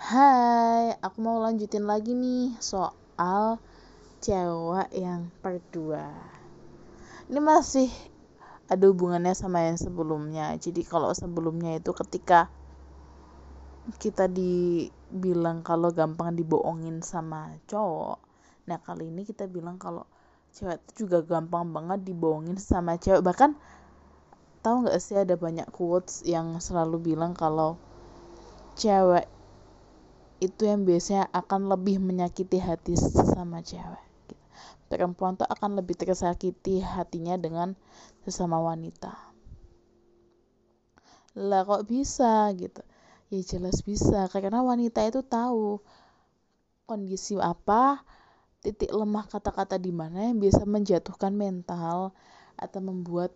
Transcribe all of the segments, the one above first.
Hai, aku mau lanjutin lagi nih soal cewek yang part 2. Ini masih ada hubungannya sama yang sebelumnya. Jadi kalau sebelumnya itu ketika kita dibilang kalau gampang dibohongin sama cowok. Nah kali ini kita bilang kalau cewek itu juga gampang banget dibohongin sama cewek. Bahkan tahu gak sih ada banyak quotes yang selalu bilang kalau cewek itu yang biasanya akan lebih menyakiti hati sesama cewek. Perempuan tuh akan lebih tersakiti hatinya dengan sesama wanita. Lah kok bisa gitu? Ya jelas bisa, karena wanita itu tahu kondisi apa, titik lemah kata-kata di mana yang bisa menjatuhkan mental atau membuat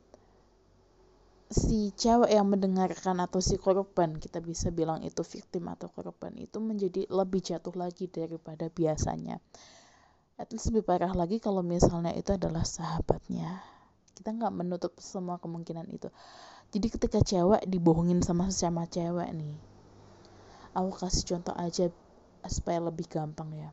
si cewek yang mendengarkan atau si korban, kita bisa bilang itu victim atau korban, itu menjadi lebih jatuh lagi daripada biasanya. At least lebih parah lagi kalau misalnya itu adalah sahabatnya. Kita nggak menutup semua kemungkinan itu. Jadi ketika cewek dibohongin sama sesama cewek nih, aku kasih contoh aja supaya lebih gampang ya.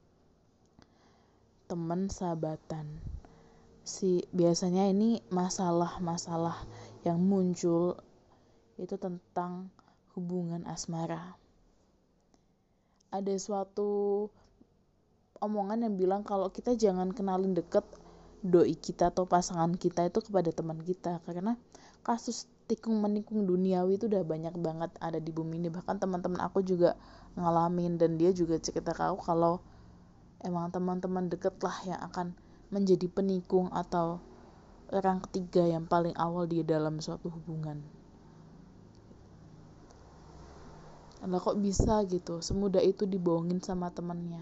Temen sahabatan, biasanya ini masalah-masalah yang muncul itu tentang hubungan asmara. Ada suatu omongan yang bilang kalau kita jangan kenalin deket doi kita atau pasangan kita itu kepada teman kita, karena kasus tikung menikung duniawi itu udah banyak banget ada di bumi ini. Bahkan teman-teman aku juga ngalamin, dan dia juga cerita ke aku kalau emang teman-teman deket lah yang akan menjadi penikung atau orang ketiga yang paling awal dia dalam suatu hubungan. Lah kok bisa gitu, semudah itu dibohongin sama temannya.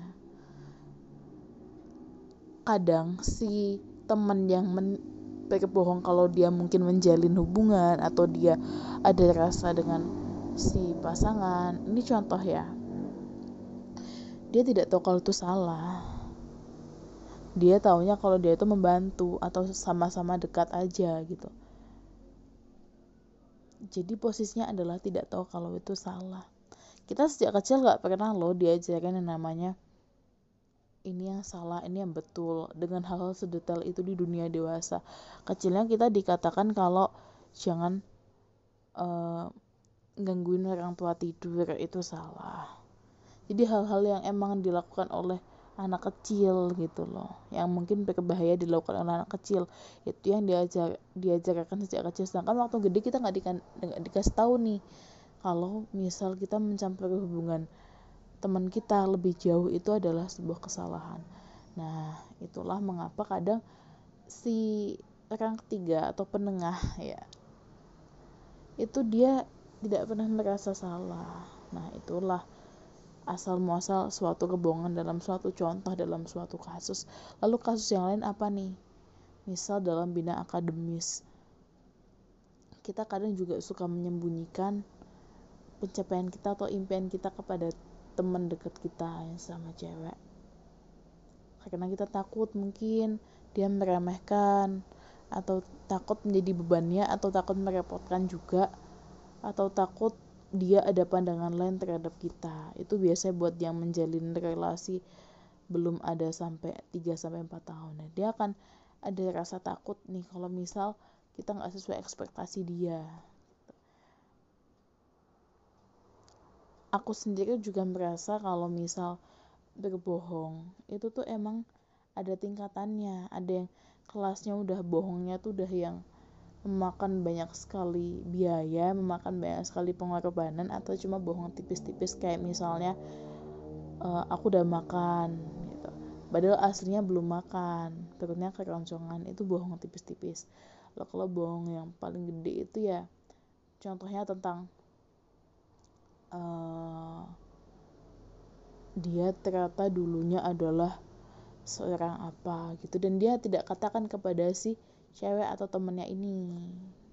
Kadang si teman yang berbohong kalau dia mungkin menjalin hubungan atau dia ada rasa dengan si pasangan, ini contoh ya, dia tidak tahu kalau itu salah. Dia taunya kalau dia itu membantu atau sama-sama dekat aja gitu. Jadi posisinya adalah tidak tahu kalau itu salah. Kita sejak kecil gak pernah loh diajarin yang namanya ini yang salah, ini yang betul, dengan hal-hal sedetail itu di dunia dewasa. Kecilnya kita dikatakan kalau jangan gangguin orang tua tidur, itu salah. Jadi hal-hal yang emang dilakukan oleh anak kecil gitu loh, yang mungkin berbahaya dilakukan oleh anak kecil, itu yang diajarkan sejak kecil. Sedangkan waktu gede kita nggak dikasih tahu nih kalau misal kita mencampuri hubungan teman kita lebih jauh itu adalah sebuah kesalahan. Nah, itulah mengapa kadang si orang ketiga atau penengah ya, itu dia tidak pernah merasa salah. Nah, itulah asal muasal suatu kebohongan dalam suatu contoh, dalam suatu kasus. Lalu kasus yang lain apa nih? Misal dalam bidang akademis, kita kadang juga suka menyembunyikan pencapaian kita atau impian kita kepada teman dekat kita yang sama cewek, karena kita takut mungkin dia meremehkan, atau takut menjadi bebannya, atau takut merepotkan juga, atau takut dia ada pandangan lain terhadap kita. Itu biasanya buat yang menjalin relasi belum ada sampai 3-4 tahun. Nah, dia akan ada rasa takut nih kalau misal kita gak sesuai ekspektasi dia. Aku sendiri juga merasa kalau misal berbohong itu tuh emang ada tingkatannya. Ada yang kelasnya udah bohongnya tuh udah yang memakan banyak sekali biaya, memakan banyak sekali pengorbanan, atau cuma bohong tipis-tipis kayak misalnya aku udah makan gitu, padahal aslinya belum makan, perutnya keroncongan, itu bohong tipis-tipis. Lalu kalau bohong yang paling gede itu ya contohnya tentang dia ternyata dulunya adalah seorang apa gitu, dan dia tidak katakan kepada si cewek atau temennya ini.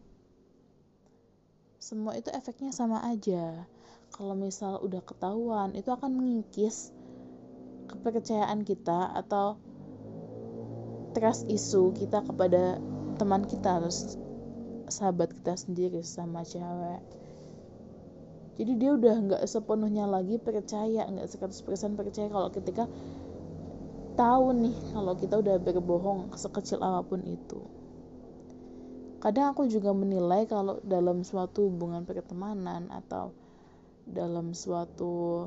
Semua itu efeknya sama aja. Kalau misal udah ketahuan, itu akan mengikis kepercayaan kita atau trust issue kita kepada teman kita, terus sahabat kita sendiri sama cewek. Jadi dia udah nggak sepenuhnya lagi percaya, nggak 100% percaya kalau ketika tahu nih kalau kita udah berbohong sekecil apapun itu. Kadang aku juga menilai kalau dalam suatu hubungan pertemanan atau dalam suatu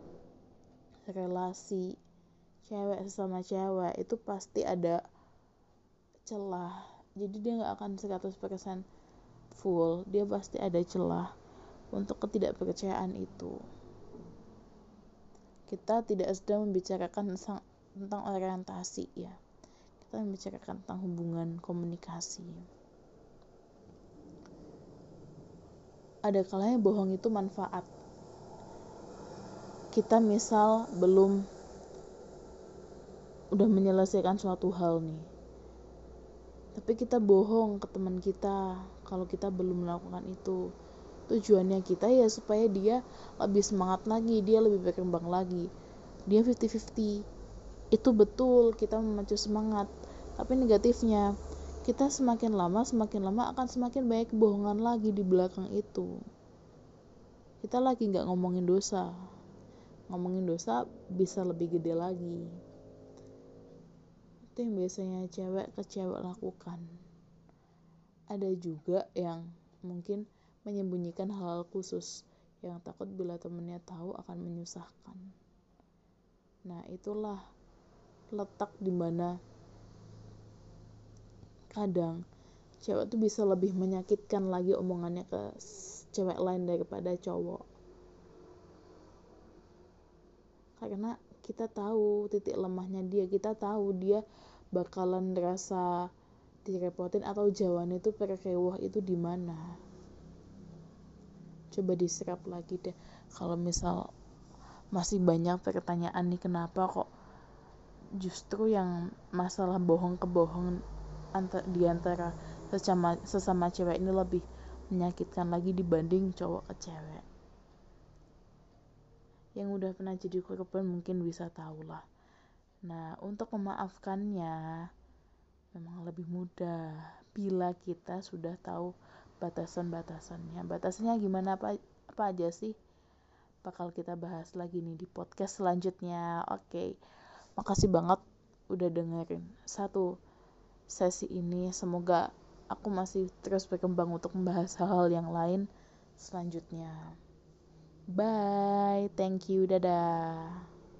relasi cewek sama cewek itu pasti ada celah. Jadi dia nggak akan 100% full, dia pasti ada celah untuk ketidakpercayaan itu. Kita tidak sedang membicarakan tentang orientasi ya, kita membicarakan tentang hubungan komunikasi. Ada kalanya bohong itu manfaat. Kita misal udah menyelesaikan suatu hal nih, tapi kita bohong ke teman kita kalau kita belum melakukan itu. Tujuannya kita ya supaya dia lebih semangat lagi, dia lebih berkembang lagi. Dia 50-50. Itu betul, kita memacu semangat. Tapi negatifnya, kita semakin lama akan semakin banyak kebohongan lagi di belakang itu. Kita lagi gak ngomongin dosa bisa lebih gede lagi. Itu yang biasanya cewek ke cewek lakukan. Ada juga yang mungkin menyembunyikan hal-hal khusus yang takut bila temennya tahu akan menyusahkan. Nah, itulah letak dimana kadang cewek tuh bisa lebih menyakitkan lagi omongannya ke cewek lain daripada cowok. Karena kita tahu titik lemahnya dia, kita tahu dia bakalan ngerasa direpotin atau jawabannya itu perkewah itu di mana. Coba diserap lagi deh. Kalau misal masih banyak pertanyaan nih, kenapa kok justru yang masalah bohong-kebohongan di antara sesama cewek ini lebih menyakitkan lagi dibanding cowok ke cewek. Yang udah pernah jadi korban mungkin bisa tahu lah. Nah, untuk memaafkannya memang lebih mudah bila kita sudah tahu batasan-batasannya. Batasannya gimana, apa aja sih? Bakal kita bahas lagi nih di podcast selanjutnya. Oke. Makasih banget udah dengerin satu sesi ini. Semoga aku masih terus berkembang untuk membahas hal-hal yang lain selanjutnya. Bye. Thank you. Dadah.